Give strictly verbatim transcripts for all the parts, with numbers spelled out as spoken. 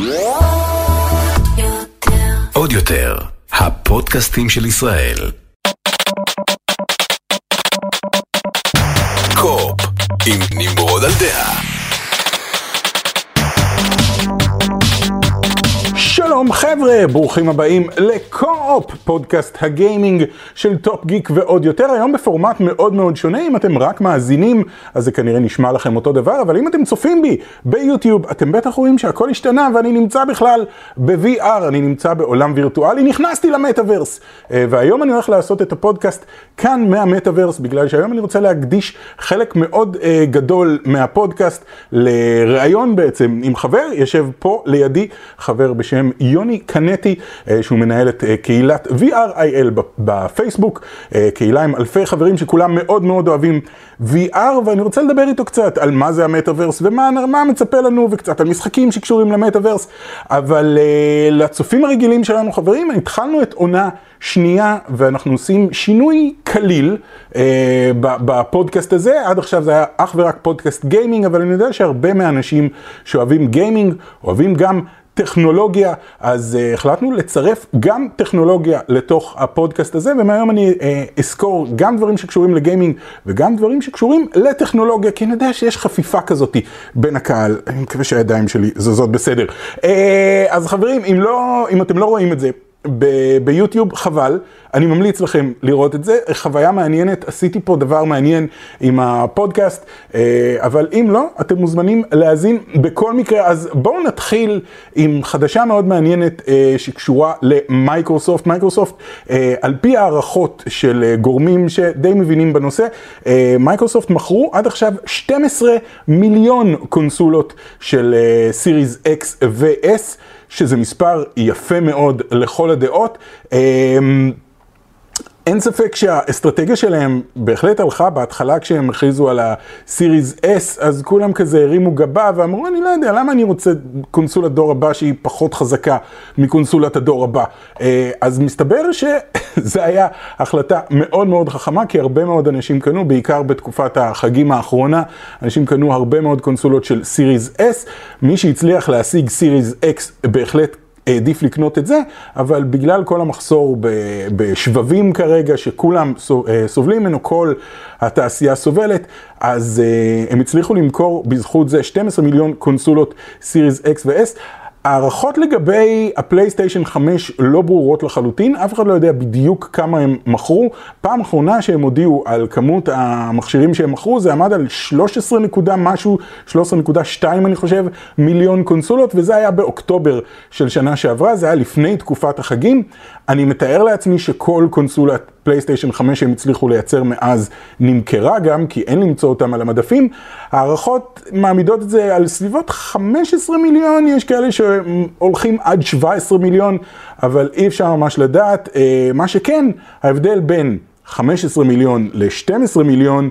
עוד יותר, הפודקאסטים של ישראל. קופ עם נמרוד על דעה. שלום חבר'ה, ברוכים הבאים לקופ, פודקאסט הגיימינג של טופ גיק ועוד יותר. היום בפורמט מאוד מאוד שונה. אם אתם רק מאזינים, אז זה כנראה נשמע לכם אותו דבר, אבל אם אתם צופים בי ביוטיוב, אתם בטח רואים שהכל השתנה, ואני נמצא בכלל ב-וי אר, אני נמצא בעולם וירטואלי, נכנסתי למטאברס, והיום אני הולך לעשות את הפודקאסט כאן מהמטאברס, בגלל שהיום אני רוצה להקדיש חלק מאוד גדול מהפודקאסט לראיון בעצם עם חבר. יושב פה לידי חבר בשם יוני קנטי, שהוא מנהל את קהילת וי אר איי אל בפייסבוק, קהילה עם אלפי חברים שכולם מאוד מאוד אוהבים וי אר, ואני רוצה לדבר איתו קצת על מה זה המטאברס ומה מה מצפה לנו, וקצת על משחקים שקשורים למטאברס. אבל uh, לצופים הרגילים שלנו חברים, התחלנו את עונה שנייה, ואנחנו עושים שינוי קליל uh, בפודקאסט הזה. עד עכשיו זה היה אך ורק פודקאסט גיימינג, אבל אני יודע שהרבה מהאנשים שאוהבים גיימינג אוהבים גם טכנולוגיה, אז uh, החלטנו לצרף גם טכנולוגיה לתוך הפודקאסט הזה, ומהיום אני uh, אזכור גם דברים שקשורים לגיימינג וגם דברים שקשורים לטכנולוגיה, כי אני יודע שיש חפיפה כזאת בין הקהל. אני מקווה שהידיים שלי זזות בסדר. Uh, אז חברים, אם, לא, אם אתם לא רואים את זה ב- ביוטיוב, חבל, אני ממליץ לכם לראות את זה, חוויה מעניינת, עשיתי פה דבר מעניין עם הפודקאסט, אבל אם לא, אתם מוזמנים להאזין בכל מקרה. אז בואו נתחיל עם חדשה מאוד מעניינת שקשורה למייקרוסופט. מייקרוסופט, על פי הערכות של גורמים שדי מבינים בנושא, מייקרוסופט מכרו עד עכשיו שנים עשר מיליון קונסולות של סיריז X ו-S, שזה מספר יפה מאוד לכל הדעות. אין ספק שהאסטרטגיה שלהם בהחלט הלכה. בהתחלה כשהם הכריזו על הסיריז S, אז כולם כזה הרימו גבה ואמרו, אני לא יודע, למה אני רוצה קונסולת דור הבא שהיא פחות חזקה מקונסולת הדור הבא? אז מסתבר שזה היה החלטה מאוד מאוד חכמה, כי הרבה מאוד אנשים קנו, בעיקר בתקופת החגים האחרונה, אנשים קנו הרבה מאוד קונסולות של סיריז S. מי שהצליח להשיג סיריז X בהחלט עדיף לקנות את זה, אבל בגלל כל המחסור בשבבים כרגע, שכולם סובלים ממנו, כל התעשייה סובלת, אז הם הצליחו למכור בזכות זה שנים עשר מיליון קונסולות סיריז X ו-S. הערכות לגבי הפלייסטיישן חמש לא ברורות לחלוטין, אף אחד לא יודע בדיוק כמה הם מכרו. פעם אחרונה שהם הודיעו על כמות המכשירים שהם מכרו, זה עמד על שלוש עשרה נקודה משהו, שלוש עשרה נקודה שתיים אני חושב, מיליון קונסולות, וזה היה באוקטובר של שנה שעברה, זה היה לפני תקופת החגים. אני מתאר לעצמי שכל קונסולת פלייסטיישן חמש שהם הצליחו לייצר מאז נמכרה גם, כי אין למצוא אותם על המדפים. הערכות מעמידות את זה על סביבות חמש עשרה מיליון, יש כאלה שהולכים עד שבע עשרה מיליון, אבל אי אפשר ממש לדעת. מה שכן, ההבדל בין חמש עשרה מיליון ל-שנים עשר מיליון,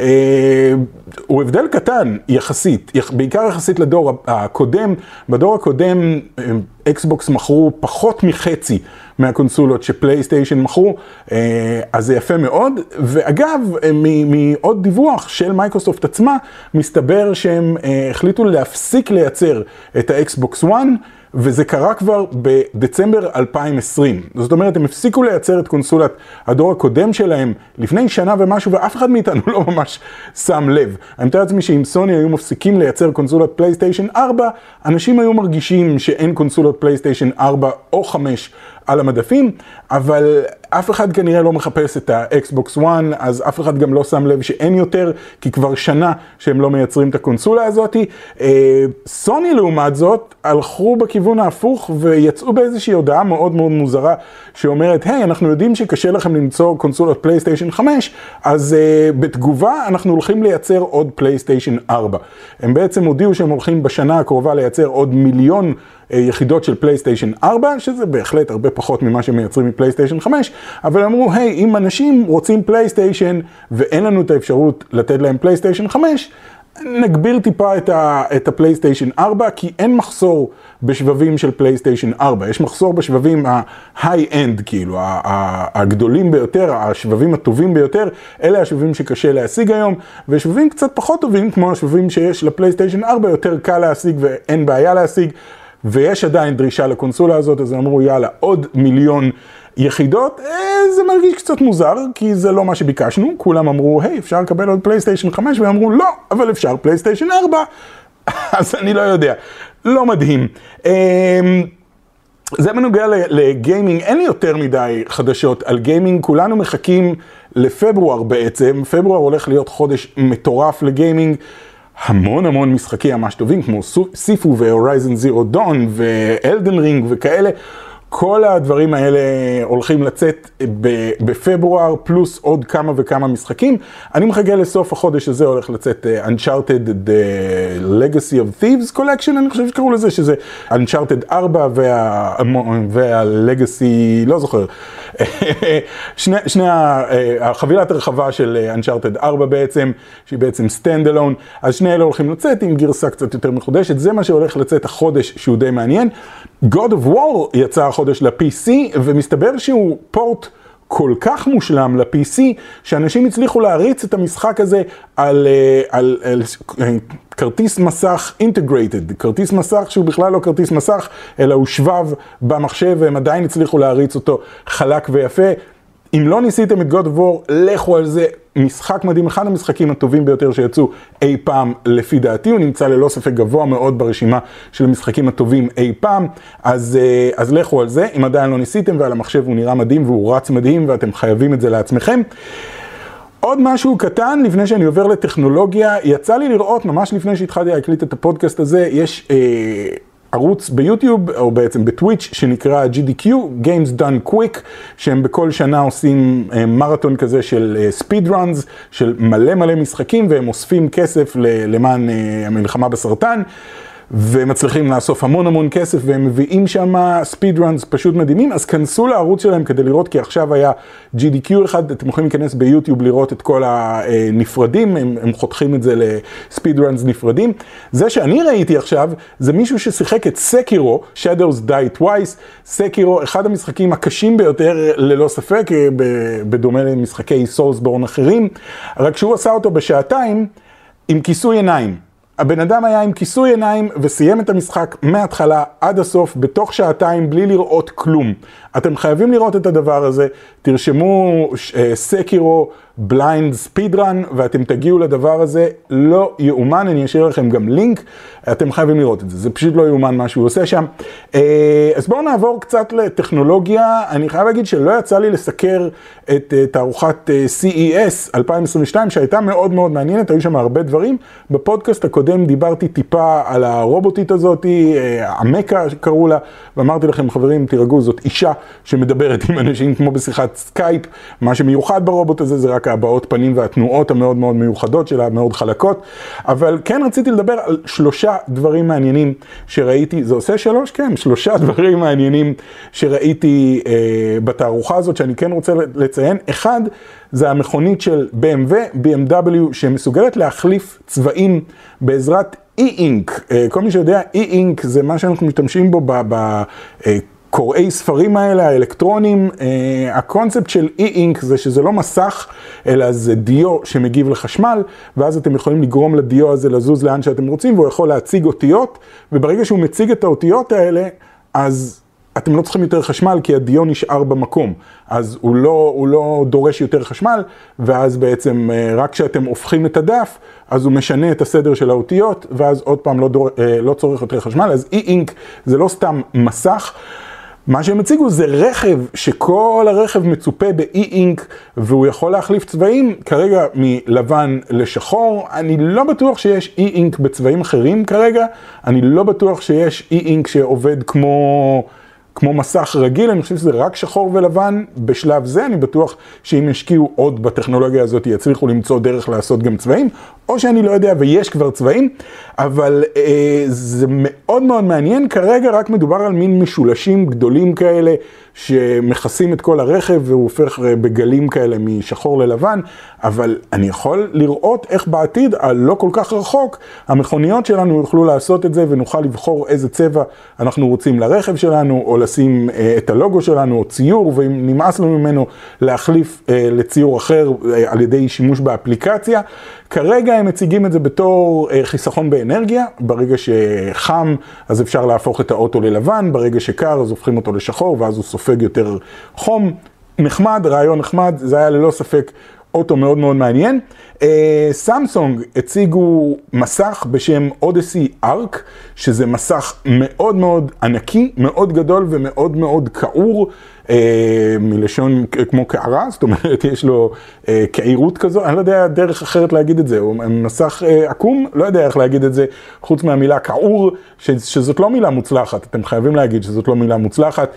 הוא הבדל קטן יחסית, בעיקר יחסית לדור הקודם. בדור הקודם אקסבוקס מכרו פחות מחצי מהקונסולות שפלייסטיישן מכרו, אז זה יפה מאוד. ואגב, מעוד דיווח של מייקרוסופט עצמה, מסתבר שהם החליטו להפסיק לייצר את האקסבוקס וואן, וזה קרה כבר בדצמבר אלפיים עשרים. זאת אומרת, הם הפסיקו לייצר את קונסולת הדור הקודם שלהם לפני שנה ומשהו, ואף אחד מאיתנו לא ממש שם לב. אני מתאר לעצמי שאם סוני היו מפסיקים לייצר קונסולת פלייסטיישן ארבע, אנשים היו מרגישים שאין קונסולת פלייסטיישן ארבע או חמש על המדפים, אבל אף אחד כנראה לא מחפש את האקסבוקס וואן, אז אף אחד גם לא שם לב שאין יותר, כי כבר שנה שהם לא מייצרים את הקונסולה הזאת. סוני לעומת זאת הלכו בכיוון ההפוך, ויצאו באיזושהי הודעה מאוד מאוד מוזרה, שאומרת, היי, אנחנו יודעים שקשה לכם למצוא קונסולת פלייסטיישן חמש, אז uh, בתגובה אנחנו הולכים לייצר עוד פלייסטיישן ארבע. הם בעצם הודיעו שהם הולכים בשנה הקרובה לייצר עוד מיליון יחידות של פלייסטיישן ארבע, שזה בהחלט הרבה פחות ממה שמייצרים מפלייסטיישן חמש, אבל אמרו, היי, אם אנשים רוצים פלייסטיישן ואין לנו את האפשרות לתת להם פלייסטיישן חמש, נגביר טיפה את, ה, את הפלייסטיישן ארבע, כי אין מחסור בשבבים של פלייסטיישן ארבע, יש מחסור בשבבים ה-high-end, כאילו, הגדולים ביותר, השבבים הטובים ביותר, אלה השבבים שקשה להשיג היום, ושבבים קצת פחות טובים, כמו השבבים שיש לפלייסטיישן ארבע, יותר קל להשיג ואין בעיה להשיג, ויש עדיין דרישה לקונסולה הזאת, אז אמרו יאללה, עוד מיליון יחידות, זה מרגיש קצת מוזר, כי זה לא מה שביקשנו, כולם אמרו, היי, אפשר לקבל עוד פלייסטיישן חמש, ואמרו, לא, אבל אפשר פלייסטיישן ארבע, אז אני לא יודע, לא מדהים. זה בנוגע לגיימינג, אין לי יותר מדי חדשות על גיימינג, כולנו מחכים לפברואר בעצם, פברואר הולך להיות חודש מטורף לגיימינג, המון המון משחקים ממש טובים, כמו סיפו והורייזן זירו דון ואלדן רינג וכאלה, כל הדברים האלה הולכים לצאת בפברואר, פלוס עוד כמה וכמה משחקים. אני מחכה לסוף החודש הזה, הולך לצאת Uncharted The Legacy of Thieves Collection, אני חושב שקראו לזה, שזה Uncharted ארבע וה... וה-Legacy, לא זוכר. שני, שני החבילת הרחבה של Uncharted ארבע בעצם, שהיא בעצם Standalone, אז שני אלה הולכים לצאת עם גרסה קצת יותר מחודשת, זה מה שהולך לצאת החודש שהוא די מעניין. God of War יצא החודש ל-פי סי, ומסתבר שהוא פורט כל כך מושלם ל-פי סי, שאנשים הצליחו להריץ את המשחק הזה על, על, על, על כרטיס מסך integrated, כרטיס מסך שהוא בכלל לא כרטיס מסך, אלא הוא שבב במחשב, והם עדיין הצליחו להריץ אותו חלק ויפה. אם לא ניסיתם את God of War, לכו על זה, משחק מדהים, אחד המשחקים הטובים ביותר שיצאו אי פעם לפי דעתי, הוא נמצא ללא ספק גבוה מאוד ברשימה של המשחקים הטובים אי פעם, אז, אז לכו על זה, אם עדיין לא ניסיתם, ועל המחשב הוא נראה מדהים והוא רץ מדהים, ואתם חייבים את זה לעצמכם. עוד משהו קטן, לפני שאני עובר לטכנולוגיה, יצא לי לראות, ממש לפני שהתחלתי להקליט את הפודקאסט הזה, יש... אה, ערוץ ביוטיוב, או בעצם בטוויץ', שנקרא ג'י די קיו, Games Done Quick, שהם בכל שנה עושים מרתון כזה של ספיד ראנס, של מלא מלא משחקים, והם אוספים כסף למען המלחמה בסרטן, ומצליחים לאסוף המון המון כסף, והם מביאים שם ספיד ראנס פשוט מדהימים, אז כנסו לערוץ שלהם כדי לראות, כי עכשיו היה ג'י די קיו אחד, אתם יכולים להיכנס ביוטיוב לראות את כל הנפרדים, הם, הם חותכים את זה לספיד ראנס נפרדים. זה שאני ראיתי עכשיו, זה מישהו ששיחק את סקירו, Shadows Die Twice, סקירו, אחד המשחקים הקשים ביותר, ללא ספק, בדומה למשחקי סולסבורן אחרים, רק שהוא עשה אותו בשעתיים עם כיסוי עיניים. הבן אדם היה עם כיסוי עיניים וסיים את המשחק מההתחלה עד הסוף בתוך שעתיים בלי לראות כלום. אתם חייבים לראות את הדבר הזה, תרשמו סקירו בליינד ספידרן ואתם תגיעו לדבר הזה, לא יאומן, אני אשאיר לכם גם לינק, אתם חייבים לראות את זה, זה פשוט לא יאומן מה שהוא עושה שם. אז בואו נעבור קצת לטכנולוגיה, אני חייב להגיד שלא יצא לי לסקר את תערוכת סי אי אס אלפיים עשרים ושתיים שהייתה מאוד מאוד מעניינת, היו שם הרבה דברים, בפודקאסט הקודם דיברתי טיפה על הרובוטית הזאת, המקה קראו לה, ואמרתי לכם חברים תירגעו, זאת אישה שמדברת עם אנשים כמו בשיחת סקייפ, מה שמיוחד ברובוט הזה זה רק הבעות פנים והתנועות המאוד מאוד מיוחדות שלה, מאוד חלקות, אבל כן רציתי לדבר על שלושה דברים מעניינים שראיתי, זה עושה שלוש? כן, שלושה דברים מעניינים שראיתי אה, בתערוכה הזאת שאני כן רוצה לציין. אחד, זה המכונית של בי אם דאבליו, בי אם דאבליו שמסוגלת להחליף צבעים בעזרת אי-אינק. אה, כל מי שיודע, אי-אינק זה מה שאנחנו משתמשים בו ב... ב אה, קוראי ספרים האלה, האלקטרונים, אה, הקונספט של אי-אינק זה שזה לא מסך, אלא זה דיו שמגיב לחשמל, ואז אתם יכולים לגרום לדיו הזה לזוז לאן שאתם רוצים, והוא יכול להציג אותיות, וברגע שהוא מציג את האותיות האלה, אז אתם לא צריכים יותר חשמל, כי הדיו נשאר במקום, אז הוא לא, הוא לא דורש יותר חשמל, ואז בעצם אה, רק כשאתם הופכים את הדף, אז הוא משנה את הסדר של האותיות, ואז עוד פעם לא, דור, אה, לא צורך יותר חשמל, אז אי-אינק זה לא סתם מסך, מה שהם הציגו זה רכב, שכל הרכב מצופה באי-אינק, והוא יכול להחליף צבעים, כרגע מלבן לשחור. אני לא בטוח שיש אי-אינק בצבעים אחרים כרגע, אני לא בטוח שיש אי-אינק שעובד כמו... כמו מסך רגיל, אני חושב שזה רק שחור ולבן בשלב זה, אני בטוח שאם ישקיעו עוד בטכנולוגיה הזאת יצליחו למצוא דרך לעשות גם צבעים, או שאני לא יודע ויש כבר צבעים, אבל אה, זה מאוד מאוד מעניין, כרגע רק מדובר על מין משולשים גדולים כאלה, שמכסים את כל הרכב והוא הופך בגלים כאלה משחור ללבן, אבל אני יכול לראות איך בעתיד, הלא כל כך רחוק, המכוניות שלנו יוכלו לעשות את זה ונוכל לבחור איזה צבע אנחנו רוצים לרכב שלנו, או לשים את הלוגו שלנו או ציור, ואם נמאס לנו ממנו להחליף לציור אחר על ידי שימוש באפליקציה. כרגע הם מציגים את זה בתור חיסכון באנרגיה, ברגע שחם אז אפשר להפוך את האוטו ללבן, ברגע שקר אז הופכים אותו לשחור ואז הוא סופג יותר חום. נחמד, רעיון נחמד, זה היה ללא ספק אוטו מאוד מאוד מעניין. סמסונג הציגו מסך בשם אודיסי ארק, שזה מסך מאוד מאוד ענקי, מאוד גדול ומאוד מאוד קעור, מלשון כמו קערה, זאת אומרת יש לו קעירות כזו, אני לא יודע דרך אחרת להגיד את זה, הוא מסך עקום, לא יודע איך להגיד את זה, חוץ מהמילה קעור, שזאת לא מילה מוצלחת, אתם חייבים להגיד שזאת לא מילה מוצלחת.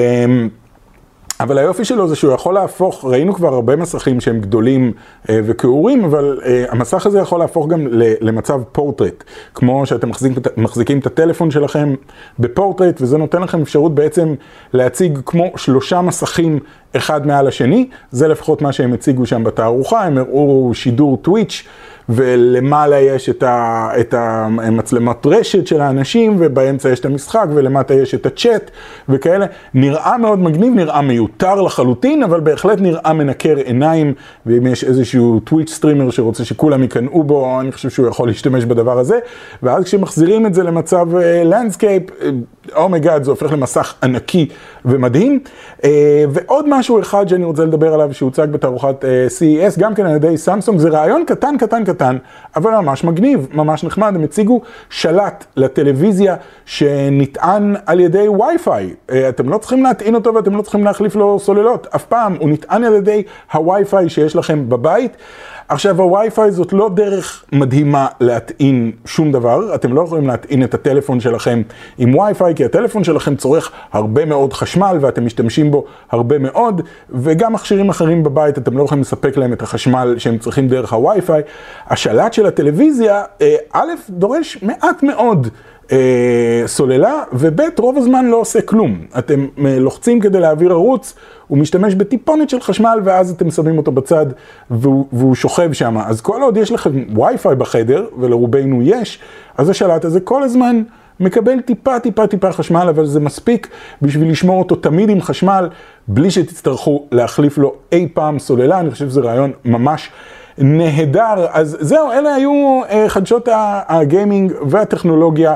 אבל היופי שלו זה שהוא יכול להפוך, ראינו כבר הרבה מסכים שהם גדולים אה, וקעורים, אבל אה, המסך הזה יכול להפוך גם למצב פורטרט, כמו שאתם מחזיקים, מחזיקים את הטלפון שלכם בפורטרט, וזה נותן לכם אפשרות בעצם להציג כמו שלושה מסכים אחד מעל השני, זה לפחות מה שהם הציגו שם בתערוכה, הם הראו שידור טוויץ', ולמעלה יש את, ה, את המצלמת רשת של האנשים, ובאמצע יש את המשחק, ולמטה יש את הצ'אט, וכאלה. נראה מאוד מגניב, נראה מיותר לחלוטין, אבל בהחלט נראה מנקר עיניים, ואם יש איזשהו טוויץ' סטרימר שרוצה שכולם יקנאו בו, אני חושב שהוא יכול להשתמש בדבר הזה, ואז כשמחזירים את זה למצב לנדסקייפ, אומייגאד, זה הופך למסך ענקי ומדהים. ועוד משהו אחד שאני רוצה לדבר עליו, שהוצג בתערוכת סי אי אס, גם כן על ידי סמסונג, זה רעיון קטן, קטן, קטן, אבל ממש מגניב, ממש נחמד. הם הציגו שלט לטלוויזיה שנטען על ידי וי-פיי. אתם לא צריכים להטעין אותו ואתם לא צריכים להחליף לו סוללות. אף פעם הוא נטען על ידי הווי-פיי שיש לכם בבית. עכשיו, הווי-פיי זאת לא דרך מדהימה להטעין שום דבר. אתם לא יכולים להטעין את הטלפון שלכם עם ווי-פיי, כי הטלפון שלכם צורך הרבה מאוד חשמל ואתם משתמשים בו הרבה מאוד, וגם מכשירים אחרים בבית, אתם לא יכולים לספק להם את החשמל שהם צריכים דרך הווי-פיי. השלט של הטלוויזיה, א', דורש מעט מאוד סוללה, וב' רוב הזמן לא עושה כלום. אתם לוחצים כדי להעביר ערוץ, הוא משתמש בטיפונת של חשמל, ואז אתם שמים אותו בצד, והוא, והוא שוכב שם. אז כל עוד יש לכם וי-פיי בחדר, ולרובנו יש, אז השלט הזה כל הזמן מקבל טיפה, טיפה, טיפה חשמל, אבל זה מספיק בשביל לשמור אותו תמיד עם חשמל, בלי שתצטרכו להחליף לו אי פעם סוללה. אני חושב שזה רעיון ממש נהדר. אז זהו, אלה היו חדשות הגיימינג והטכנולוגיה,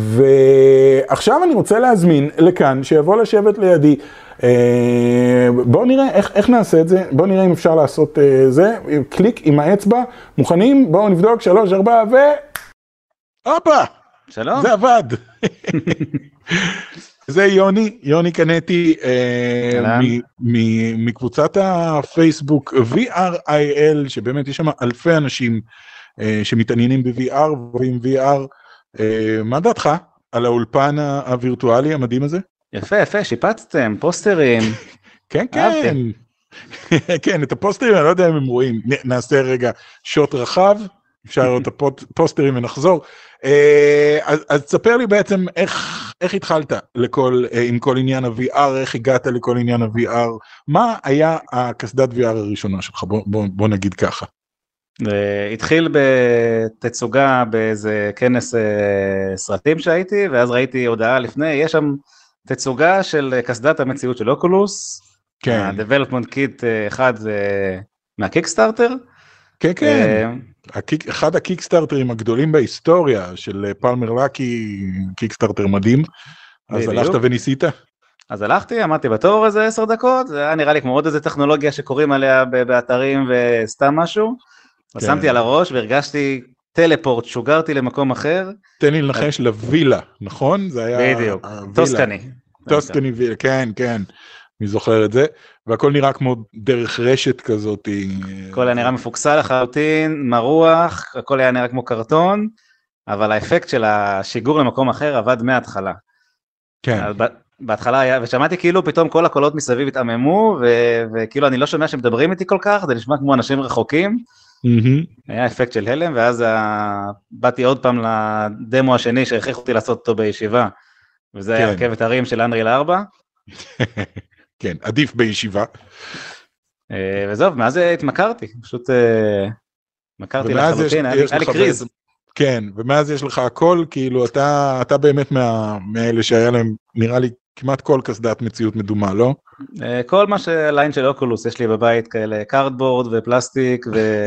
ועכשיו אני רוצה להזמין לכאן, שיבוא לשבת לידי. בואו נראה איך, איך נעשה את זה, בואו נראה אם אפשר לעשות זה, קליק עם האצבע, מוכנים? בואו נבדוק, שלוש, ארבע, ו... הופה! שלום. זה עבד. זה יוני, יוני קנטי, מקבוצת הפייסבוק וי אר איי אל, שבאמת יש שם אלפי אנשים שמתעניינים ב-וי אר ועם וי אר. מה דעתך על האולפן הווירטואלי המדהים הזה? יפה, יפה, שיפצתם, פוסטרים. כן, כן. כן, את הפוסטרים, אני לא יודע אם הם רואים. נעשה רגע שוט רחב, אפשר לראות את הפוסטרים ונחזור. אז, אז תספר לי בעצם איך, איך התחלת לכל, עם כל עניין ה-וי אר, איך הגעת לכל עניין ה-וי אר, מה היה הקסדת וי אר הראשונה שלך, בוא, בוא, בוא נגיד ככה. התחיל בתצוגה באיזה כנס סרטים שהייתי, ואז ראיתי הודעה לפני, יש שם תצוגה של קסדת המציאות של אוקולוס, כן. ה-Development Kit אחד מהקיקסטארטר. כן, כן. הקיק, אחד הקיקסטארטרים הגדולים בהיסטוריה של פלמר לקי, קיקסטארטר מדהים. אז בדיוק. הלכת וניסית? אז הלכתי, עמדתי בתור איזה עשר דקות, זה היה נראה לי כמו עוד איזה טכנולוגיה שקוראים עליה באתרים וסתם משהו. כן. שמתי על הראש והרגשתי טלפורט, שוגרתי למקום אחר. תן לי לנחש לווילה, נכון? זה היה... בדיוק, טוסקני. טוסקני וילה, כן, כן. מי זוכר את זה? והכל נראה כמו דרך רשת כזאת. הכל היה נראה מפוקסל לחלוטין, מרוח, הכל היה נראה כמו קרטון, אבל האפקט של השיגור למקום אחר עבד מההתחלה. כן. בהתחלה היה, ושמעתי כאילו פתאום כל הקולות מסביב התעממו, וכאילו אני לא שומע שמדברים איתי כל כך, זה נשמע כמו אנשים רחוקים. היה אפקט של הלם, ואז באתי עוד פעם לדמו השני שהכריח אותי לעשות אותו בישיבה, וזה היה רכבת הרים של אנריל ארבע. כן, עדיף בישיבה. וזוב, מאז התמכרתי, פשוט התמכרתי לחלוטין, היה לי קריז. כן, ומאז יש לך הכל, כאילו אתה, אתה באמת מה, מאלה שהיה להם, נראה לי, כמעט כל קסדת מציאות מדומה, לא? כל מה שהליין של אוקולוס, יש לי בבית כאלה קארדבורד ופלסטיק, ו...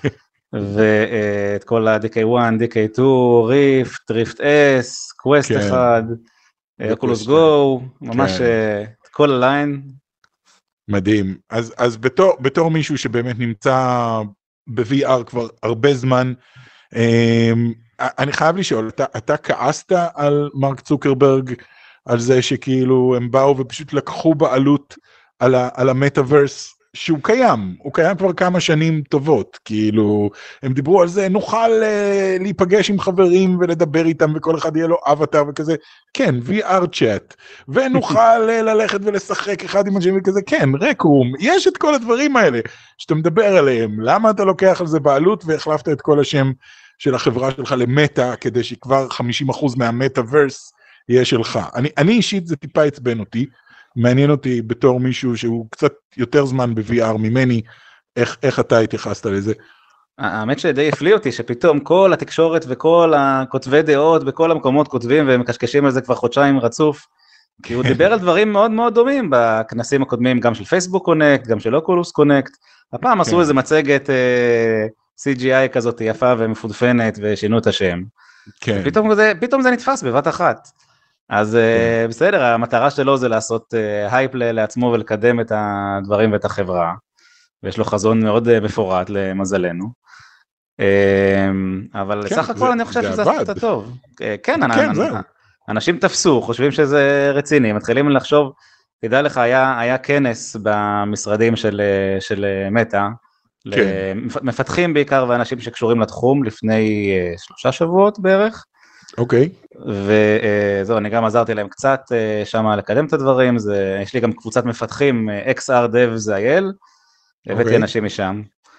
ואת כל ה-די קיי אחת, די קיי שתיים, ריפט, ריפט S, קווסט אחד, אוקולוס גו, ממש את כל הליין. מדהים. אז, אז בתור, בתור מישהו שבאמת נמצא ב-וי אר כבר הרבה זמן, אני חייב לשאול, אתה, אתה כעסת על מרק צוקרברג, על זה שכאילו הם באו ופשוט לקחו בעלות על, ה, על המטאברס, שהוא קיים, הוא קיים כבר כמה שנים טובות, כאילו, הם דיברו על זה, נוכל uh, להיפגש עם חברים ולדבר איתם, וכל אחד יהיה לו אבטר וכזה, כן, וי אר צ'אט, ונוכל ללכת ולשחק אחד עם השני וכזה, כן, רקרום, יש את כל הדברים האלה, שאתה מדבר עליהם, למה אתה לוקח על זה בעלות, והחלפת את כל השם של החברה שלך למטה, כדי שכבר חמישים אחוז מהמטאברס יהיה שלך. אני, אני אישית זה טיפה עצבן אותי, מעניין אותי בתור מישהו שהוא קצת יותר זמן ב-וי אר ממני, איך, איך אתה התייחסת לזה? האמת שדי הפליא אותי, שפתאום כל התקשורת וכל הכותבי דעות בכל המקומות כותבים ומקשקשים על זה כבר חודשיים רצוף, כי הוא דיבר על דברים מאוד מאוד דומים בכנסים הקודמים, גם של פייסבוק קונקט, גם של אוקולוס קונקט, הפעם עשו איזה מצגת סי ג'י איי כזאת יפה ומפודפנת ושינו את השם. פתאום זה, פתאום זה נתפס בבת אחת. אז uh, בסדר, המטרה שלו זה לעשות uh, הייפ לעצמו ולקדם את הדברים ואת החברה, ויש לו חזון מאוד uh, מפורט למזלנו, uh, אבל כן, סך הכל אני חושב שזה עשתה טוב. Uh, כן, כן אנ- אנ- אנשים תפסו, חושבים שזה רציני, מתחילים לחשוב, תדע לך, היה, היה כנס במשרדים של, של מטא, כן. מפתחים בעיקר ואנשים שקשורים לתחום, לפני uh, שלושה שבועות בערך, אוקיי. וזהו, אני גם עזרתי להם קצת שם לקדם את הדברים, זה, יש לי גם קבוצת מפתחים, אקס אר דאב איי אל, הבאתי אנשים משם,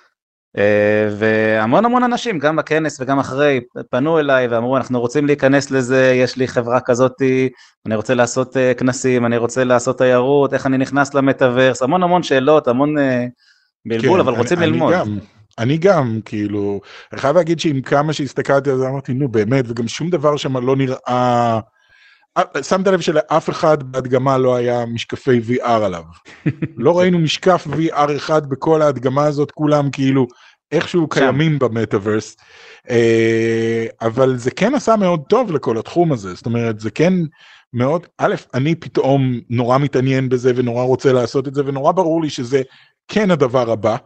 והמון המון אנשים, גם בכנס וגם אחרי, פנו אליי ואמרו, אנחנו רוצים להיכנס לזה, יש לי חברה כזאת, אני רוצה לעשות כנסים, אני רוצה לעשות תיירות, איך אני נכנס למטאברס, המון המון שאלות, המון בלבול, אבל רוצים ללמוד. אני גם, כאילו, אני חייב להגיד שעם כמה שהסתכלתי על זה, אמרתי, נו באמת, וגם שום דבר שם לא נראה, שמת לב שלאף אחד בהדגמה לא היה משקפי וי אר עליו. לא ראינו משקף וי אר אחד בכל ההדגמה הזאת, כולם כאילו איכשהו קיימים במטאברס, אבל זה כן עשה מאוד טוב לכל התחום הזה, זאת אומרת, זה כן מאוד, א', אני פתאום נורא מתעניין בזה, ונורא רוצה לעשות את זה, ונורא ברור לי שזה כן הדבר הבא,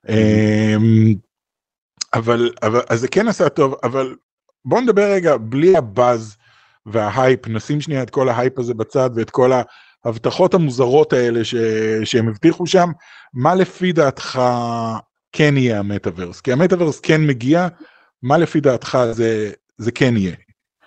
אבל, אבל, אז זה כן עשה טוב, אבל בואו נדבר רגע, בלי הבאז וההייפ, נשים שנייה את כל ההייפ הזה בצד, ואת כל ההבטחות המוזרות האלה ש, שהם הבטיחו שם, מה לפי דעתך כן יהיה המטאברס? כי המטאברס כן מגיע, מה לפי דעתך זה, זה כן יהיה?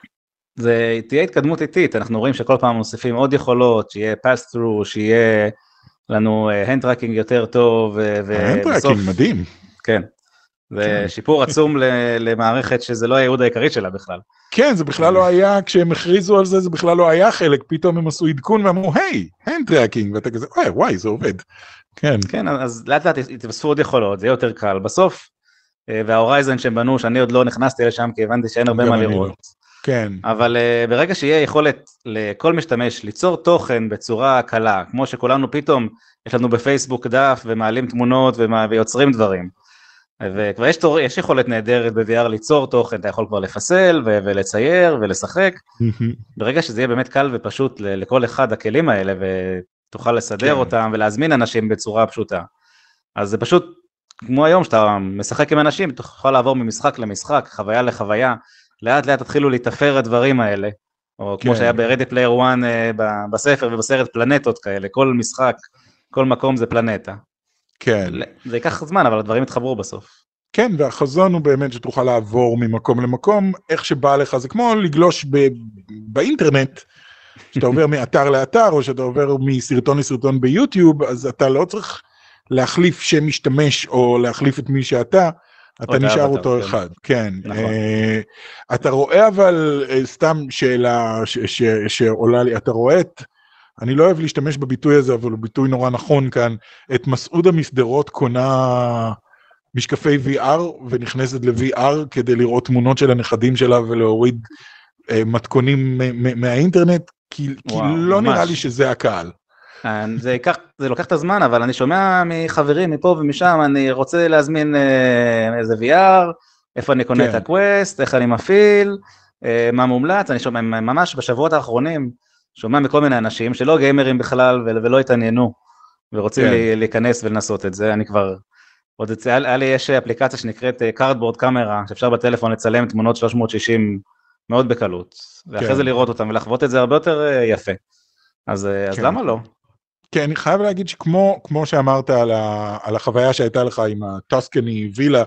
זה תהיה התקדמות איטית, אנחנו רואים שכל פעם מוסיפים עוד יכולות, שיהיה pass-through, שיהיה לנו hand tracking יותר טוב, hand tracking מדהים. כן, זה שיפור עצום למערכת שזה לא הייעוד העיקרי שלה בכלל. כן, זה בכלל לא היה, כשהם הכריזו על זה, זה בכלל לא היה חלק, פתאום הם עשו עדכון ואמרו, היי, hand tracking, ואתה כזה, וואי, וואי, זה עובד. כן. כן, אז לאט לאט התווספו עוד יכולות, זה יהיה יותר קל. בסוף, וההורייזן שהם בנו, שאני עוד לא נכנסתי לשם, כי הבנתי שאין הרבה מה לראות. כן. אבל uh, ברגע שיהיה יכולת לכל משתמש ליצור תוכן בצורה קלה, כמו שכולנו פתאום, יש לנו בפייסבוק דף ומעלים תמונות ומה, ויוצרים דברים, וכבר יש, תור, יש יכולת נהדרת ב-וי אר ליצור תוכן, אתה יכול כבר לפסל ו- ולצייר ולשחק, ברגע שזה יהיה באמת קל ופשוט ל- לכל אחד הכלים האלה, ותוכל לסדר כן. אותם ולהזמין אנשים בצורה פשוטה, אז זה פשוט כמו היום שאתה משחק עם אנשים, תוכל לעבור ממשחק למשחק, חוויה לחוויה, לאט לאט תתחילו להתאפר הדברים האלה, או כמו שהיה ב-Ready Player One בספר ובסרט פלנטות כאלה, כל משחק, כל מקום זה פלנטה. כן. זה ייקח זמן, אבל הדברים יתחברו בסוף. כן, והחזון הוא באמת שתוכל לעבור ממקום למקום, איך שבא לך, זה כמו לגלוש באינטרנט, שאתה עובר מאתר לאתר, או שאתה עובר מסרטון לסרטון ביוטיוב, אז אתה לא צריך להחליף שם משתמש, או להחליף את מי שאתה, אתה נשאר אותו אחד, כן. אתה רואה אבל, סתם שאלה שעולה לי, אתה רואה את, אני לא אוהב להשתמש בביטוי הזה, אבל הוא ביטוי נורא נכון כאן, את מסעודה מסדרות קונה משקפי וי אר ונכנסת ל-וי אר כדי לראות תמונות של הנכדים שלה ולהוריד אה, מתכונים מהאינטרנט, כי, וואו, כי לא ממש. נראה לי שזה הקהל. זה, ייקח, זה לוקח את הזמן, אבל אני שומע מחברים מפה ומשם, אני רוצה להזמין אה, איזה וי אר, איפה אני קונה כן. את הקווסט, איך אני מפעיל, אה, מה מומלץ, אני שומע ממש בשבועות האחרונים, שומע מכל מיני אנשים שלא גיימרים בכלל ולא התעניינו, ורוצים כן. לי, להיכנס ולנסות את זה, אני כבר, עוד אצל, היה לי יש אפליקציה שנקראת קארדבורד קאמרה, שאפשר בטלפון לצלם תמונות שלוש מאות שישים מאוד בקלות, ואחרי כן. זה לראות אותם ולחוות את זה הרבה יותר יפה, אז, כן. אז למה לא? כן, אני חייב להגיד שכמו כמו שאמרת על, ה, על החוויה שהייתה לך עם הטוסקני וילה,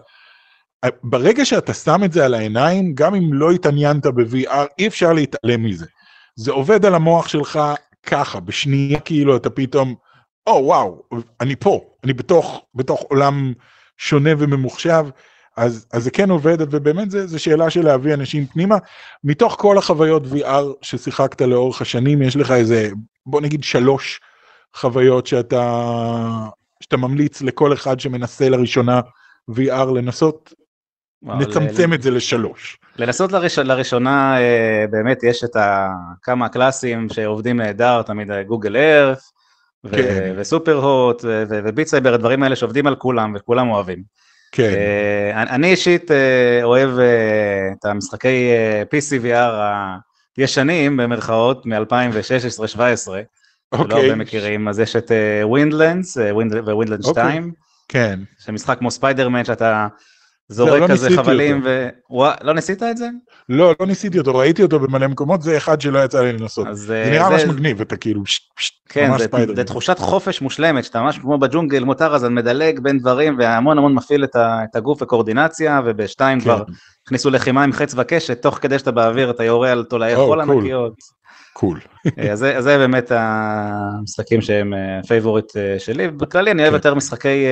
ברגע שאתה שם את זה על העיניים, גם אם לא התעניינת ב-וי אר, אי אפשר להתעלם מזה. זה עובד על המוח שלך ככה, בשנייה כאילו אתה פתאום, או וואו, אני פה, אני בתוך, בתוך עולם שונה וממוחשב, אז, אז זה כן עובד, ובאמת זה, זה שאלה של להביא אנשים פנימה, מתוך כל החוויות וי אר ששיחקת לאורך השנים, יש לך איזה, בוא נגיד שלוש חוויות שאתה, שאתה ממליץ לכל אחד שמנסה לראשונה וי אר לנסות, נצמצם את זה לשלוש. לנסות לראש, לראשונה, באמת יש את ה, כמה הקלאסים שעובדים נהדר, תמיד גוגל ארת, כן. וסופר הוט, וביט סייבר, הדברים האלה שעובדים על כולם, וכולם אוהבים. כן. אני אישית אוהב את המשחקי פי סי וי אר הישנים, במרכאות, מ-אלפיים ושש עשרה שבע עשרה, לא הרבה מכירים, אז יש את ווינדלנדס, ווינדלנדס שתיים, כן. שמשחק כמו ספיידרמן, שאתה זורק כזה חבלים, ו... לא ניסית את זה? לא, לא ניסיתי אותו, ראיתי אותו במלא מקומות, זה אחד שלא יצא לי לנסות. זה נראה ממש מגניב, אתה כאילו, כן, זה תחושת חופש מושלמת, שאתה ממש כמו בג'ונגל, מותר, אז אני מדלג בין דברים, והמון המון מפעיל את הגוף וקורדינציה, ובשתיים כבר הכניסו לחימה עם חץ וקשת, תוך כדי שאתה באוויר, אתה יורה על תולעי חול ענקיות. קול. אז זה באמת המשחקים שהם פייבוריט שלי, בכללי אני אוהב יותר משחקי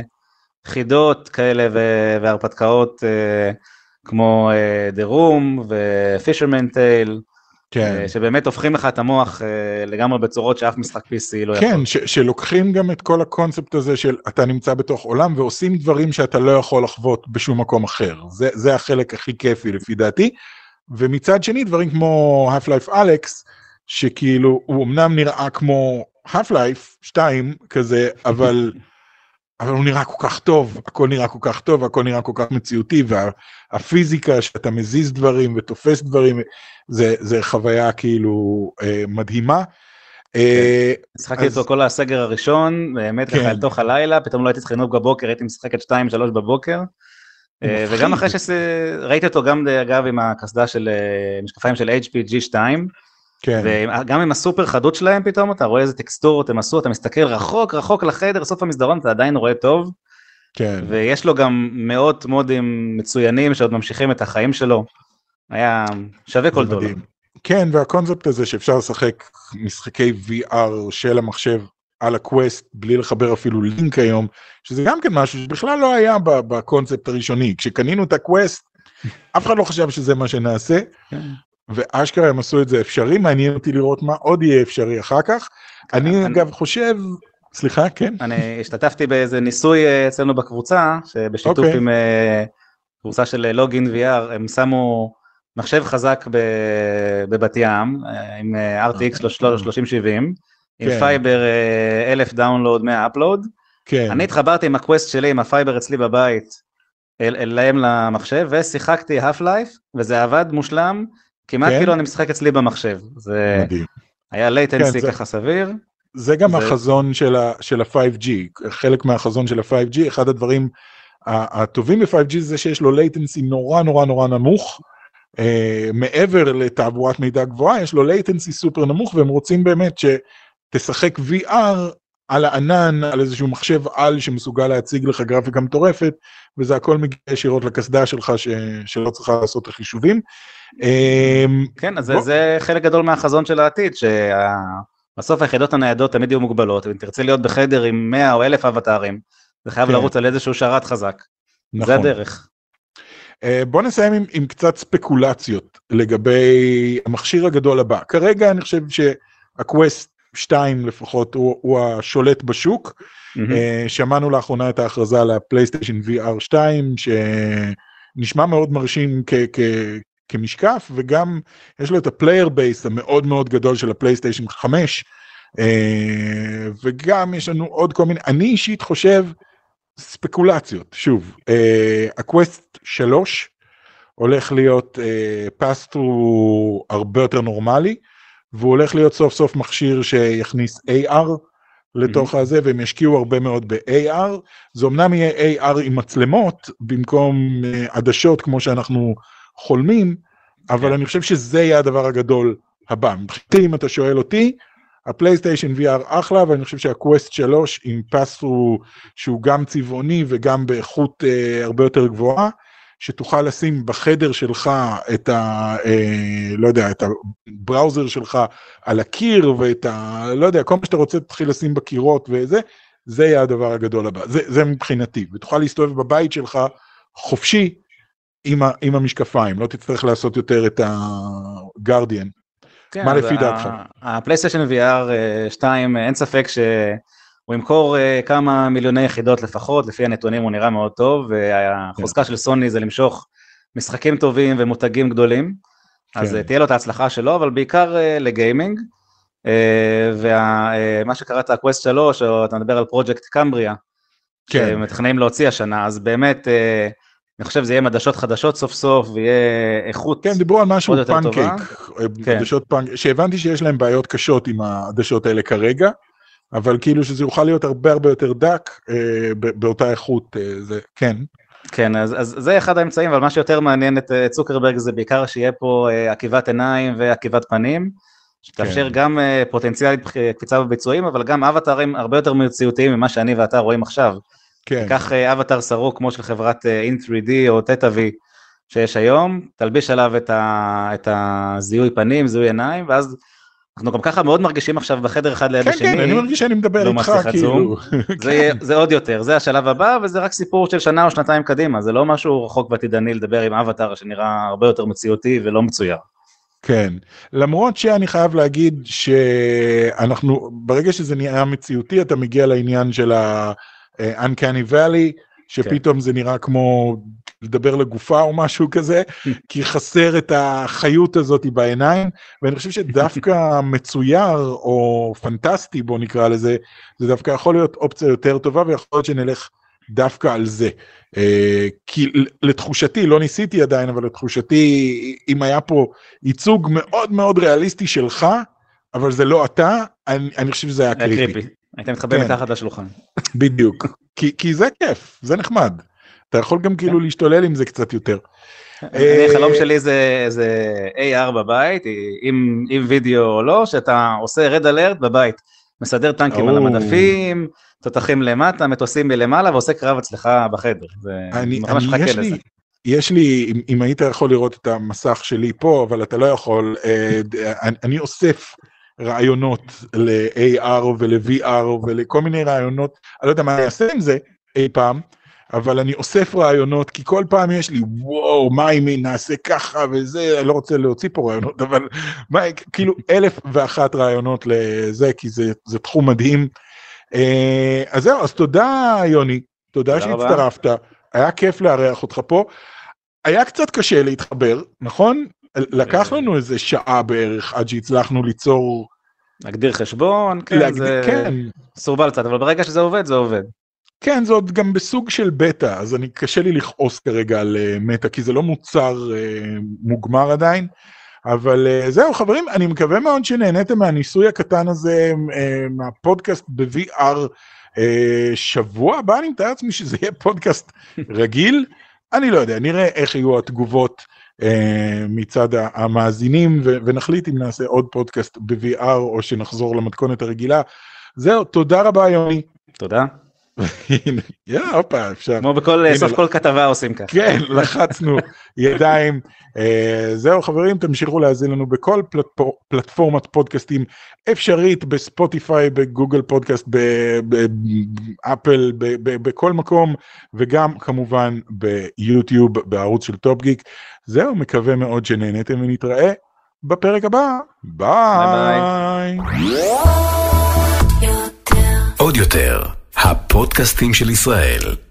חידות כאלה והרפתקאות כמו The Room ו-Fisherman Tale, שבאמת הופכים לך את המוח לגמרי בצורות שאף משחק פי סי לא יכול. כן, שלוקחים גם את כל הקונספט הזה של אתה נמצא בתוך עולם ועושים דברים שאתה לא יכול לחוות בשום מקום אחר. זה החלק הכי כיפי לפי דעתי. ומצד שני דברים כמו Half-Life Alyx, שכאילו הוא אמנם נראה כמו Half-Life שתיים כזה, אבל... אבל הוא נראה כל כך טוב, הכל נראה כל כך טוב, הכל נראה כל כך מציאותי, והפיזיקה שאתה מזיז דברים ותופס דברים, זה, זה חוויה כאילו אה, מדהימה. משחקתי אותו כל הסגר הראשון, באמת ככה אל תוך הלילה, פתאום לא הייתי צריך לנהוג בבוקר, הייתי משחק את שתיים שלוש בבוקר, וגם אחרי שראיתי אותו גם אגב עם הקסדה של משקפיים של אייץ' פי ג'י שתיים, וגם עם הסופר חדות שלהם פתאום, אתה רואה איזה טקסטורות הם עשו, אתה מסתכל רחוק רחוק לחדר, סוף המסדרון, אתה עדיין רואה טוב, ויש לו גם מאות מודים מצוינים שעוד ממשיכים את החיים שלו, היה שווה כל דולר. כן, והקונספט הזה שאפשר לשחק משחקי וי אר של המחשב על הקווסט, בלי לחבר אפילו לינק היום, שזה גם כן משהו שבכלל לא היה בקונספט הראשוני, כשקנינו את הקווסט, אף אחד לא חשב שזה מה שנעשה, ואשכרה הם עשו את זה אפשרי, מעניין אותי לראות מה עוד יהיה אפשרי אחר כך. אני אגב חושב, סליחה, כן? אני השתתפתי באיזה ניסוי אצלנו בקבוצה, שבשיתוף עם קבוצה של לוגין וי אר, הם שמו מחשב חזק בבת ים, עם אר טי אקס שלושים שבעים, עם פייבר אלף דאונלוד מאה אפלוד, אני התחברתי עם הקווסט שלי, עם הפייבר אצלי בבית, אליהם למחשב, ושיחקתי Half-Life, וזה עבד מושלם, כמעט כאילו אני משחק אצלי במחשב, זה היה latency ככה סביר. זה גם החזון של ה-פייב ג'י, חלק מהחזון של ה-פייב ג'י, אחד הדברים הטובים ב-פייב ג'י זה שיש לו latency נורא נורא נורא נמוך, מעבר לתעבורת מידע גבוהה, יש לו latency סופר נמוך, והם רוצים באמת שתשחק וי אר על הענן, על איזשהו מחשב על שמסוגל להציג לך גרפיקה מטורפת, וזה הכל מגיע ישירות לקסדה שלך שלא צריכה לעשות את החישובים. כן, אז זה חלק גדול מהחזון של העתיד, שבסוף היחידות הניידות תמיד יהיו מוגבלות, ואם תרצה להיות בחדר עם מאה או אלף אבטרים, זה חייב לרוץ על איזשהו שרת חזק. זה הדרך. בוא נסיים עם, עם קצת ספקולציות לגבי המכשיר הגדול הבא. כרגע אני חושב שהקווסט שתיים לפחות הוא, הוא השולט בשוק, שמענו לאחרונה את ההכרזה על הפלייסטיישן וי אר שתיים, שנשמע מאוד מרשים כמשקף, וגם יש לו את הפלייר בייס המאוד מאוד גדול של הפלייסטיישן חמש, וגם יש לנו עוד כל מיני, אני אישית חושב, ספקולציות, שוב, הקווסט שלוש הולך להיות פס-טרו הרבה יותר נורמלי, והוא הולך להיות סוף סוף מכשיר שיכניס איי אר לתוך mm-hmm. הזה, והם ישקיעו הרבה מאוד ב-איי אר, זה אמנם יהיה איי אר עם מצלמות, במקום עדשות כמו שאנחנו חולמים, אבל yeah. אני חושב שזה יהיה הדבר הגדול הבא. מבחינתי, אם אתה שואל אותי, הפלייסטיישן וי אר אחלה, ואני חושב שהקווסט שלוש עם פס-טרו שהוא גם צבעוני וגם באיכות אה, הרבה יותר גבוהה, שתוכל לשים בחדר שלך את ה, אה, לא יודע, את הבראוזר שלך על הקיר, ואת ה, לא יודע, כל מה שאתה רוצה תתחיל לשים בקירות וזה, זה יהיה הדבר הגדול הבא, זה, זה מבחינתי, ותוכל להסתובב בבית שלך חופשי עם, ה, עם המשקפיים, לא תצטרך לעשות יותר את הגרדיאן. כן, מה לפי דעתך? הפלייסטיישן וי אר שתיים, אין ספק ש... הוא ימכור uh, כמה מיליוני יחידות לפחות, לפי הנתונים הוא נראה מאוד טוב, והחוזקה של סוני זה למשוך משחקים טובים ומותגים גדולים, אז uh, תהיה לו את ההצלחה שלו, אבל בעיקר uh, לגיימינג, uh, ומה uh, שקראת הקווסט שלוש, או אתה מדבר על פרויקט קמבריה, כן. שמתכננים להוציא השנה, אז באמת, uh, אני חושב זה יהיה מדשות חדשות סוף סוף, ויהיה איכות כן, דיברו על משהו פנקייק, מדשות פנקייק, שהבנתי שיש להם בעיות קשות עם העדשות האלה כרגע, אבל כאילו שזה יוכל להיות הרבה הרבה יותר דק, אה, באותה איכות, אה, זה, כן. כן, אז, אז זה אחד האמצעים, אבל מה שיותר מעניין את uh, צוקרברג זה בעיקר שיהיה פה uh, עקיבת עיניים ועקיבת פנים, שתאפשר כן. גם uh, פוטנציאלית קפיצה בביצועים, אבל גם אבטרים הרבה יותר מציאותיים ממה שאני ואתה רואים עכשיו. כן. כך uh, אבטר סרוק כמו של חברת uh, אין תרי די או תטא וי שיש היום, תלביש עליו את, ה, את הזיהוי פנים, זיהוי עיניים, ואז אנחנו גם ככה מאוד מרגישים עכשיו בחדר אחד ליד השני. כן, כן, אני מרגיש שאני מדבר איתך, כאילו. זה עוד יותר, זה השלב הבא, וזה רק סיפור של שנה או שנתיים קדימה, זה לא משהו רחוק ועתידני לדבר עם אבטר שנראה הרבה יותר מציאותי ולא מצויר. כן, למרות שאני חייב להגיד שאנחנו, ברגע שזה נראה מציאותי, אתה מגיע לעניין של ה-Uncanny Valley, שפתאום זה נראה כמו לדבר לגופה או משהו כזה, כי חסר את החיות הזאת בעיניים, ואני חושב שדווקא מצויר או פנטסטי, בוא נקרא לזה, זה דווקא יכול להיות אופציה יותר טובה, ויכול להיות שנלך דווקא על זה. כי לתחושתי, לא ניסיתי עדיין, אבל לתחושתי, אם היה פה ייצוג מאוד מאוד ריאליסטי שלך, אבל זה לא אתה, אני, אני חושב שזה היה קריפי. היית מתחבא מתחת לשולחן. בדיוק. כי, כי זה כיף, זה נחמד. אתה יכול גם כאילו להשתולל עם זה קצת יותר. החלום שלי זה איי אר בבית, עם וידאו או לא, שאתה עושה רד אלרט בבית, מסדר טנקים על המדפים, תותחים למטה, מטוסים מלמעלה, ועושה קרב אצלך בחדר. זה ממש חכה לזה. יש לי, אם היית יכול לראות את המסך שלי פה, אבל אתה לא יכול, אני אוסף רעיונות ל-איי אר ול-וי אר ולכל מיני רעיונות, אני לא יודע מה אני אעשה עם זה אי פעם, אבל אני אוסף רעיונות, כי כל פעם יש לי, וואו, מה אם נעשה ככה וזה, אני לא רוצה להוציא פה רעיונות, אבל מה, כאילו אלף ואחת רעיונות לזה, כי זה, זה תחום מדהים. אז זהו, אז תודה יוני, תודה שהצטרפת, היה כיף לארח אותך פה, היה קצת קשה להתחבר, נכון? לקח לנו איזה שעה בערך, עד שהצלחנו ליצור... להגדיר חשבון, כן, זה סורבל קצת, אבל ברגע שזה עובד, זה עובד. כן, זה עוד גם בסוג של בטא, אז אני קשה לי לכעוס כרגע על מטא, כי זה לא מוצר מוגמר עדיין, אבל זהו חברים, אני מקווה מאוד שנהניתם מהניסוי הקטן הזה, מהפודקאסט ב-וי אר, שבוע הבא אני מתאר לעצמי שזה יהיה פודקאסט רגיל, אני לא יודע, נראה איך יהיו התגובות מצד המאזינים, ונחליט אם נעשה עוד פודקאסט ב-וי אר, או שנחזור למתכונת הרגילה. זהו, תודה רבה יוני. תודה. יאללה, הופה, אפשר. כמו בכל, סוף כל כתבה עושים ככה. כן, לחצנו ידיים. זהו חברים, תמשיכו להאזין לנו בכל פלטפורמת פודקאסטים אפשרית, בספוטיפיי, בגוגל פודקאסט, באפל, בכל מקום, וגם כמובן ביוטיוב, בערוץ של טופ גיק. זהו, מקווה מאוד שנהנתם ונתראה בפרק הבא. ביי. עוד יותר. הפודקאסטים של ישראל.